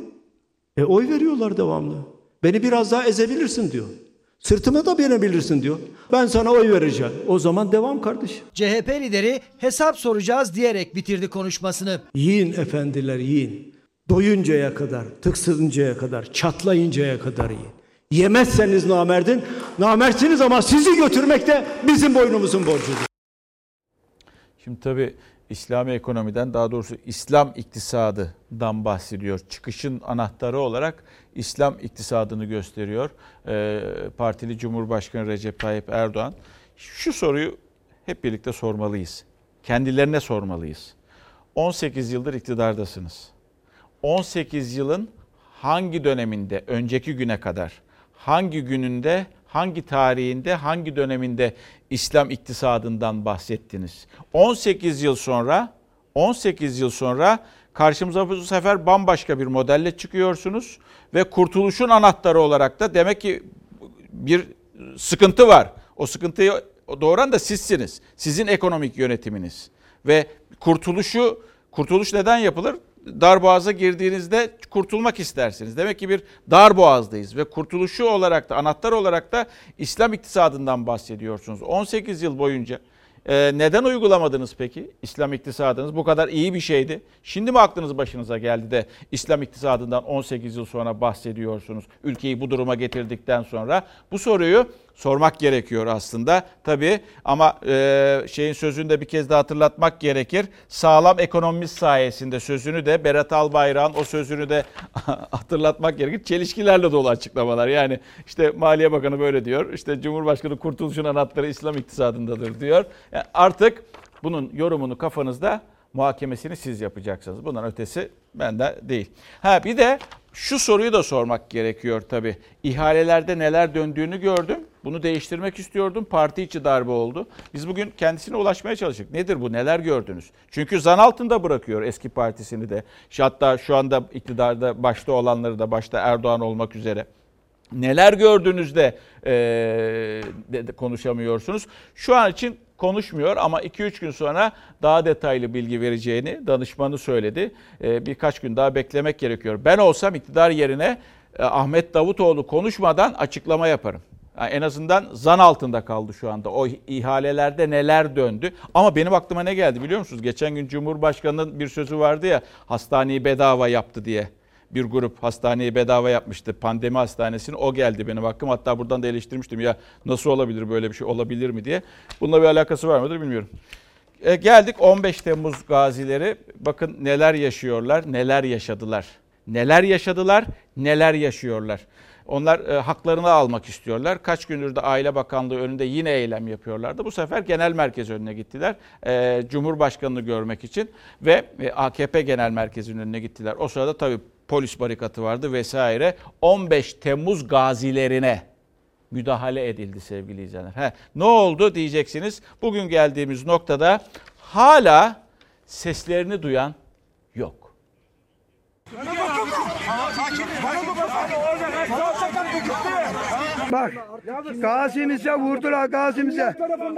E oy veriyorlar devamlı. Beni biraz daha ezebilirsin diyor. Sırtıma da binebilirsin diyor. Ben sana oy vereceğim. O zaman devam kardeşim. C H P lideri hesap soracağız diyerek bitirdi konuşmasını. Yiyin efendiler yiyin. Doyuncaya kadar, tıksırıncaya kadar, çatlayıncaya kadar yiyin. Yemezseniz namerdin, namertsiniz ama sizi götürmek de bizim boynumuzun borcudur. Şimdi tabii İslami ekonomiden, daha doğrusu İslam iktisadından bahsediyor. Çıkışın anahtarı olarak İslam iktisadını gösteriyor ee, partili Cumhurbaşkanı Recep Tayyip Erdoğan. Şu soruyu hep birlikte sormalıyız. Kendilerine sormalıyız. on sekiz yıldır iktidardasınız. on sekiz yılın hangi döneminde, önceki güne kadar, hangi gününde, hangi tarihinde, hangi döneminde İslam iktisadından bahsettiniz? on sekiz yıl sonra, on sekiz yıl sonra karşımıza bu sefer bambaşka bir modelle çıkıyorsunuz ve kurtuluşun anahtarı olarak da demek ki bir sıkıntı var. O sıkıntıyı doğuran da sizsiniz. Sizin ekonomik yönetiminiz. Ve kurtuluşu, kurtuluş neden yapılır? Darboğaza girdiğinizde kurtulmak istersiniz. Demek ki bir darboğazdayız ve kurtuluşu olarak da, anahtar olarak da İslam iktisadından bahsediyorsunuz. on sekiz yıl boyunca e, neden uygulamadınız peki İslam iktisadınız? Bu kadar iyi bir şeydi. Şimdi mi aklınız başınıza geldi de İslam iktisadından on sekiz yıl sonra bahsediyorsunuz? Ülkeyi bu duruma getirdikten sonra bu soruyu sormak gerekiyor aslında tabii, ama e, şeyin sözünü de bir kez daha hatırlatmak gerekir. Sağlam ekonomimiz sayesinde sözünü de, Berat Albayrak'ın o sözünü de hatırlatmak gerekir. Çelişkilerle dolu açıklamalar. Yani işte Maliye Bakanı böyle diyor. İşte Cumhurbaşkanı kurtuluşun anahtarı İslam iktisadındadır diyor. Yani artık bunun yorumunu kafanızda, muhakemesini siz yapacaksınız. Bundan ötesi bende değil. Ha bir de şu soruyu da sormak gerekiyor tabii. İhalelerde neler döndüğünü gördüm. Bunu değiştirmek istiyordum. Parti içi darbe oldu. Biz bugün kendisine ulaşmaya çalıştık. Nedir bu? Neler gördünüz? Çünkü zan altında bırakıyor eski partisini de. Hatta şu anda iktidarda başta olanları da, başta Erdoğan olmak üzere. Neler gördüğünüzde ee, de, de konuşamıyorsunuz. Şu an için konuşmuyor ama iki üç gün sonra daha detaylı bilgi vereceğini danışmanı söyledi. Ee, birkaç gün daha beklemek gerekiyor. Ben olsam iktidar yerine e, Ahmet Davutoğlu konuşmadan açıklama yaparım. Yani en azından zan altında kaldı şu anda. O ihalelerde neler döndü. Ama benim aklıma ne geldi biliyor musunuz? Geçen gün Cumhurbaşkanı'nın bir sözü vardı ya, hastaneyi bedava yaptı diye. Bir grup hastaneyi bedava yapmıştı. Pandemi hastanesini, o geldi benim aklıma. Hatta buradan da eleştirmiştim ya, nasıl olabilir, böyle bir şey olabilir mi diye. Bununla bir alakası var mıdır bilmiyorum. E, geldik on beş Temmuz gazileri. Bakın neler yaşıyorlar, neler yaşadılar. Neler yaşadılar, neler yaşıyorlar. Onlar e, haklarını almak istiyorlar. Kaç gündür de Aile Bakanlığı önünde yine eylem yapıyorlardı. Bu sefer genel merkez önüne gittiler. E, Cumhurbaşkanı'nı görmek için ve e, A K P genel merkezinin önüne gittiler. O sırada tabii polis barikatı vardı vesaire. on beş Temmuz gazilerine müdahale edildi sevgili izleyenler. He, ne oldu diyeceksiniz. Bugün geldiğimiz noktada hala seslerini duyan yok. Bak, gazimize vurdular, gazimize.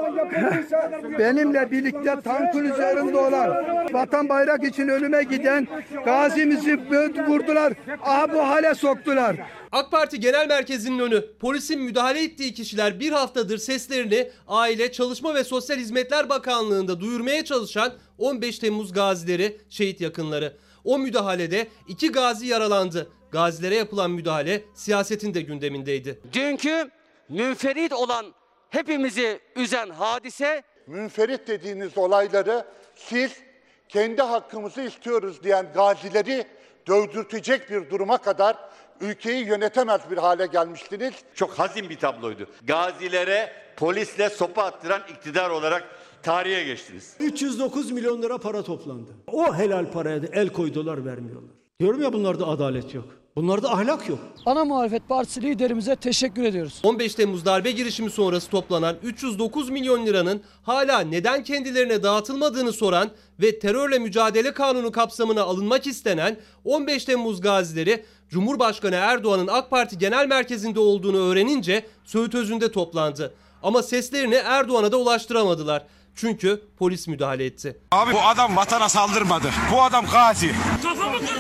Benimle birlikte tankın üzerinde olan, vatan bayrak için ölüme giden gazimizi vurdular. Aha bu hale soktular. AK Parti Genel Merkezi'nin önü, polisin müdahale ettiği kişiler bir haftadır seslerini Aile, Çalışma ve Sosyal Hizmetler Bakanlığı'nda duyurmaya çalışan on beş Temmuz gazileri, şehit yakınları. O müdahalede iki gazi yaralandı. Gazilere yapılan müdahale siyasetin de gündemindeydi. Dünkü münferit olan, hepimizi üzen hadise... Münferit dediğiniz olayları siz kendi hakkımızı istiyoruz diyen gazileri dövdürtecek bir duruma kadar ülkeyi yönetemez bir hale gelmiştiniz. Çok hazin bir tabloydu. Gazilere polisle sopa attıran iktidar olarak tarihe geçtiniz. üç yüz dokuz milyon lira para toplandı. O helal paraya da el koydular, vermiyorlar. Diyorum ya, bunlarda adalet yok. Bunlarda ahlak yok. Ana muhalefet partisi liderimize teşekkür ediyoruz. on beş Temmuz darbe girişimi sonrası toplanan üç yüz dokuz milyon liranın hala neden kendilerine dağıtılmadığını soran ve terörle mücadele kanunu kapsamına alınmak istenen on beş Temmuz gazileri Cumhurbaşkanı Erdoğan'ın AK Parti Genel Merkezi'nde olduğunu öğrenince Söğüt Özü'nde toplandı. Ama seslerini Erdoğan'a da ulaştıramadılar. Çünkü polis müdahale etti. Abi bu adam vatana saldırmadı. Bu adam gazi. Kafamı kırdı.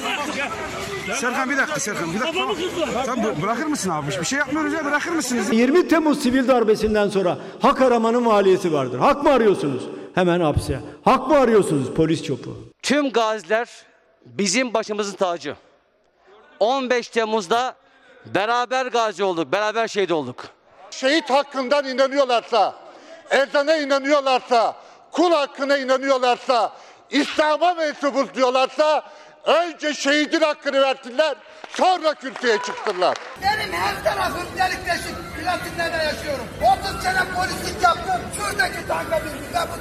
Serkan bir dakika Serkan bir dakika. Tamam. Tamam, bırakır mısın abi? Bir şey yapmıyoruz ya, bırakır mısınız? yirmi Temmuz sivil darbesinden sonra hak aramanın maliyeti vardır. Hak mı arıyorsunuz? Hemen hapse. Hak mı arıyorsunuz? Polis çopuğu. Tüm gaziler bizim başımızın tacı. on beş Temmuz'da beraber gazi olduk, beraber şehit olduk. Şehit hakkından inanıyorlarsa, ezana inanıyorlarsa, kul hakkına inanıyorlarsa, İslam'a mensubuz diyorlarsa önce şehidin hakkını versinler, sonra kürsüye çıksınlar. Benim her tarafım delik deşik. Platinler'de yaşıyorum. otuz sene polislik yaptım. Şuradaki tanka bindim. Ben bu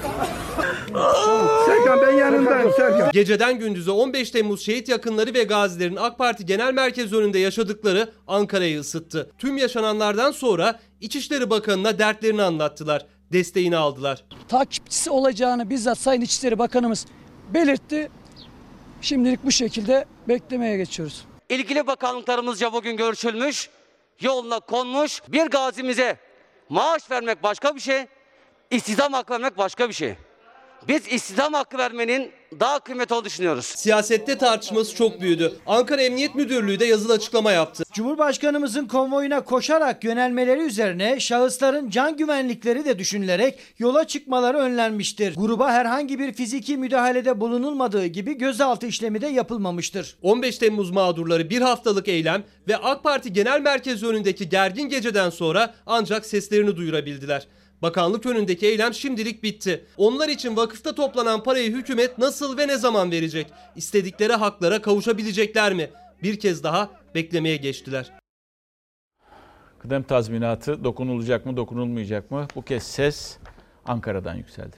tanka. Serkan ben yanındayım Serkan. Geceden gündüze on beş Temmuz şehit yakınları ve gazilerin AK Parti Genel Merkezi önünde yaşadıkları Ankara'yı ısıttı. Tüm yaşananlardan sonra İçişleri Bakanı'na dertlerini anlattılar. Desteğini aldılar. Takipçisi olacağını bizzat Sayın İçişleri Bakanımız belirtti. Şimdilik bu şekilde beklemeye geçiyoruz. İlgili bakanlıklarımızca bugün görüşülmüş, yoluna konmuş. Bir gazimize maaş vermek başka bir şey, istihdam hakkı vermek başka bir şey. Biz istihdam hakkı vermenin daha kıymetli olduğunu düşünüyoruz. Siyasette tartışması çok büyüdü. Ankara Emniyet Müdürlüğü de yazılı açıklama yaptı. Cumhurbaşkanımızın konvoyuna koşarak yönelmeleri üzerine şahısların can güvenlikleri de düşünülerek yola çıkmaları önlenmiştir. Gruba herhangi bir fiziki müdahalede bulunulmadığı gibi gözaltı işlemi de yapılmamıştır. on beş Temmuz mağdurları bir haftalık eylem ve AK Parti Genel Merkezi önündeki gergin geceden sonra ancak seslerini duyurabildiler. Bakanlık önündeki eylem şimdilik bitti. Onlar için vakıfta toplanan parayı hükümet nasıl ve ne zaman verecek? İstedikleri haklara kavuşabilecekler mi? Bir kez daha beklemeye geçtiler. Kıdem tazminatı dokunulacak mı, dokunulmayacak mı? Bu kez ses Ankara'dan yükseldi.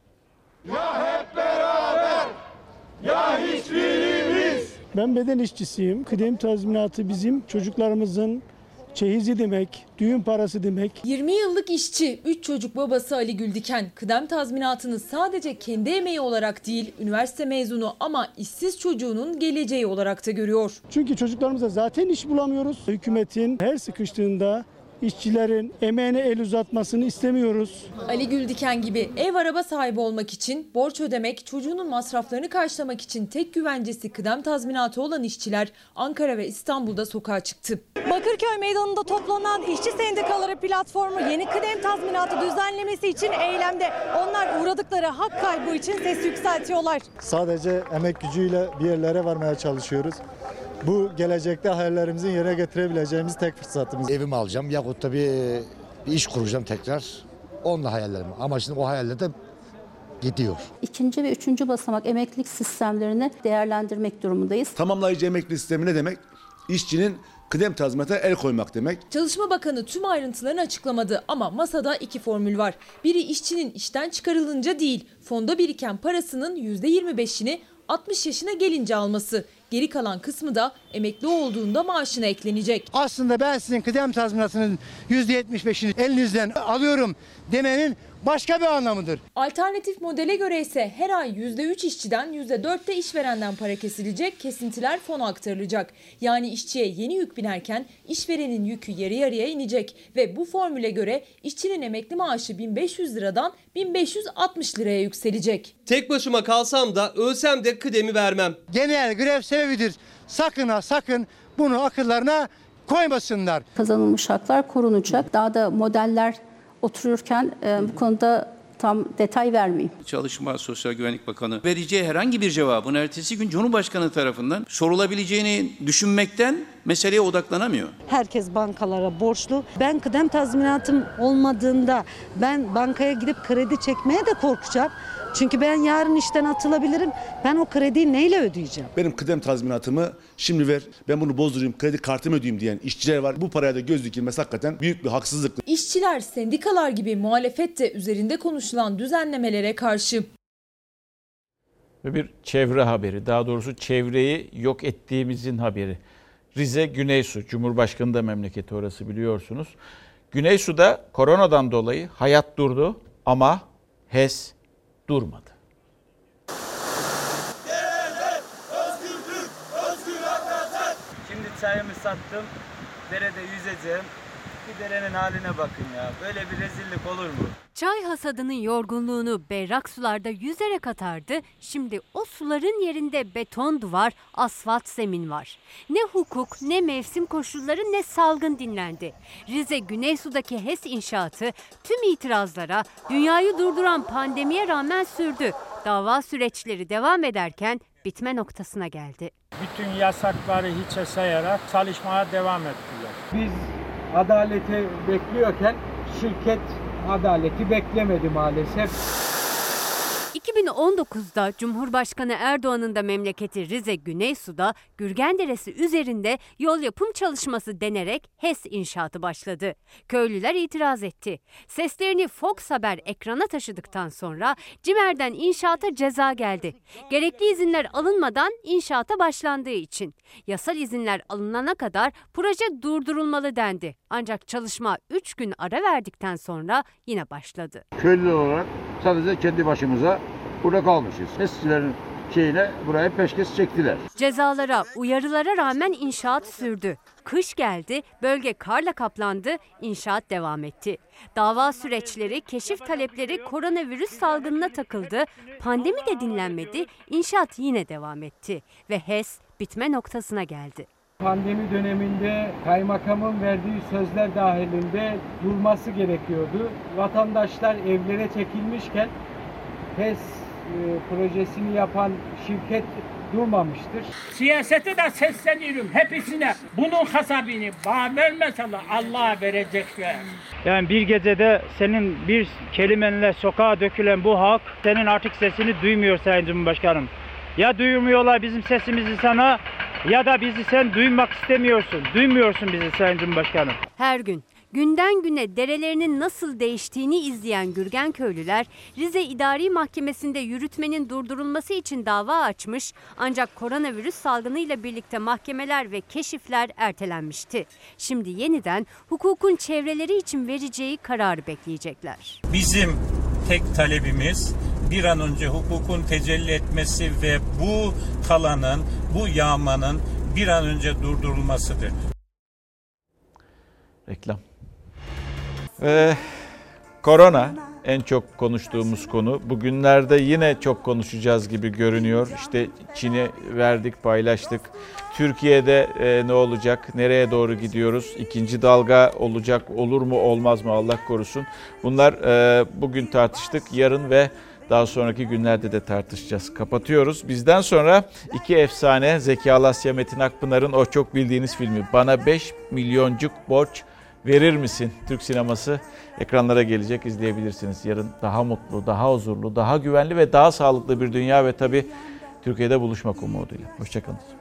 Ya hep beraber, ya hiçbirimiz. Ben beden işçisiyim. Kıdem tazminatı bizim çocuklarımızın çeyizi demek, düğün parası demek. yirmi yıllık işçi, üç çocuk babası Ali Güldiken kıdem tazminatını sadece kendi emeği olarak değil, üniversite mezunu ama işsiz çocuğunun geleceği olarak da görüyor. Çünkü çocuklarımıza zaten iş bulamıyoruz. Hükümetin her sıkıştığında işçilerin emeğine el uzatmasını istemiyoruz. Ali Güldiken gibi ev araba sahibi olmak için, borç ödemek, çocuğunun masraflarını karşılamak için tek güvencesi kıdem tazminatı olan işçiler Ankara ve İstanbul'da sokağa çıktı. Bakırköy Meydanı'nda toplanan işçi sendikaları platformu yeni kıdem tazminatı düzenlemesi için eylemde. Onlar uğradıkları hak kaybı için ses yükseltiyorlar. Sadece emek gücüyle bir yerlere varmaya çalışıyoruz. Bu gelecekte hayallerimizin yerine getirebileceğimiz tek fırsatımız. Evimi alacağım yahut da bir, bir iş kuracağım tekrar. Onunla hayallerim. Ama şimdi o hayaller de gidiyor. İkinci ve üçüncü basamak emeklilik sistemlerini değerlendirmek durumundayız. Tamamlayıcı emeklilik sistemi ne demek? İşçinin Kıdem tazminatına el koymak demek. Çalışma Bakanı tüm ayrıntılarını açıklamadı ama masada iki formül var. Biri işçinin işten çıkarılınca değil, fonda biriken parasının yüzde yirmi beşini altmış yaşına gelince alması. Geri kalan kısmı da emekli olduğunda maaşına eklenecek. Aslında ben sizin kıdem tazminatının yüzde yetmiş beşini elinizden alıyorum demenin başka bir anlamıdır. Alternatif modele göre ise her ay yüzde üç işçiden yüzde dört de işverenden para kesilecek, kesintiler fona aktarılacak. Yani işçiye yeni yük binerken işverenin yükü yarı yarıya inecek ve bu formüle göre işçinin emekli maaşı bin beş yüz liradan bin beş yüz altmış liraya yükselecek. Tek başıma kalsam da ölsem de kıdemi vermem. Genel grev sebebidir. Sakın ha sakın bunu akıllarına koymasınlar. Kazanılmış haklar korunacak. Daha da modeller otururken e, bu konuda tam detay vermeyeyim. Çalışma Sosyal Güvenlik Bakanı vereceği herhangi bir cevabın ertesi gün Cumhurbaşkanı tarafından sorulabileceğini düşünmekten meseleye odaklanamıyor. Herkes bankalara borçlu. Ben kıdem tazminatım olmadığında ben bankaya gidip kredi çekmeye de korkacağım. Çünkü ben yarın işten atılabilirim. Ben o krediyi neyle ödeyeceğim? Benim kıdem tazminatımı şimdi ver, ben bunu bozdurayım, kredi kartımı ödeyeyim diyen işçiler var. Bu paraya da göz dikilmesi hakikaten büyük bir haksızlık. İşçiler, sendikalar gibi muhalefet de üzerinde konuşulan düzenlemelere karşı. Ve bir çevre haberi, daha doğrusu çevreyi yok ettiğimizin haberi. Rize Güneysu, Cumhurbaşkanı da memleketi orası biliyorsunuz. Güneysu'da koronadan dolayı hayat durdu ama H E S durmadı. Şimdi çayımı sattım, derede yüzeceğim. Bir derenin haline bakın ya. Böyle bir rezillik olur mu? Çay hasadının yorgunluğunu berrak sularda yüzerek atardı. Şimdi o suların yerinde beton duvar, asfalt zemin var. Ne hukuk, ne mevsim koşulları, ne salgın dinlendi. Rize Güneysu'daki H E S inşaatı tüm itirazlara, dünyayı durduran pandemiye rağmen sürdü. Dava süreçleri devam ederken bitme noktasına geldi. Bütün yasakları hiçe sayarak çalışmaya devam ettiler. Biz adaleti bekliyorken şirket adaleti beklemedi maalesef. iki bin on dokuzda Cumhurbaşkanı Erdoğan'ın da memleketi Rize Güneysu'da Gürgen Deresi üzerinde yol yapım çalışması denerek H E S inşaatı başladı. Köylüler itiraz etti. Seslerini Fox Haber ekrana taşıdıktan sonra CİMER'den inşaata ceza geldi. Gerekli izinler alınmadan inşaata başlandığı için. Yasal izinler alınana kadar proje durdurulmalı dendi. Ancak çalışma üç gün ara verdikten sonra yine başladı. Köylü olarak sadece kendi başımıza burada kalmışız. H E S'çilerin şeyine buraya peşkeş çektiler. Cezalara, uyarılara rağmen inşaat sürdü. Kış geldi, bölge karla kaplandı, inşaat devam etti. Dava süreçleri, keşif talepleri koronavirüs salgınına takıldı. Pandemi de dinlenmedi, inşaat yine devam etti. Ve H E S bitme noktasına geldi. Pandemi döneminde kaymakamın verdiği sözler dahilinde durması gerekiyordu. Vatandaşlar evlere çekilmişken H E S e, projesini yapan şirket durmamıştır. Siyasete de sesleniyorum hepsine. Bunun hasabını bana vermeseler Allah'a verecekler. Yani bir gecede senin bir kelimenle sokağa dökülen bu halk senin artık sesini duymuyor Sayın Cumhurbaşkanım. Ya duymuyorlar bizim sesimizi sana ya da bizi sen duymak istemiyorsun. Duymuyorsun bizi Sayın Cumhurbaşkanım. Her gün günden güne derelerinin nasıl değiştiğini izleyen Gürgen köylüler Rize İdari Mahkemesi'nde yürütmenin durdurulması için dava açmış, ancak koronavirüs salgınıyla birlikte mahkemeler ve keşifler ertelenmişti. Şimdi yeniden hukukun çevreleri için vereceği kararı bekleyecekler. Bizim tek talebimiz bir an önce hukukun tecelli etmesi ve bu talanın, bu yağmanın bir an önce durdurulmasıdır. Reklam. Ee, korona en çok konuştuğumuz konu. Bugünlerde yine çok konuşacağız gibi görünüyor. İşte Çin'e verdik, paylaştık. Türkiye'de e, ne olacak, nereye doğru gidiyoruz? İkinci dalga olacak, olur mu olmaz mı Allah korusun. Bunlar e, bugün tartıştık. Yarın ve daha sonraki günlerde de tartışacağız. Kapatıyoruz. Bizden sonra iki efsane Zeki Alasya, Metin Akpınar'ın o çok bildiğiniz filmi Bana beş milyoncuk borç verir misin? Türk sineması ekranlara gelecek, izleyebilirsiniz. Yarın daha mutlu, daha huzurlu, daha güvenli ve daha sağlıklı bir dünya ve tabii Türkiye'de buluşmak umuduyla. Hoşçakalın.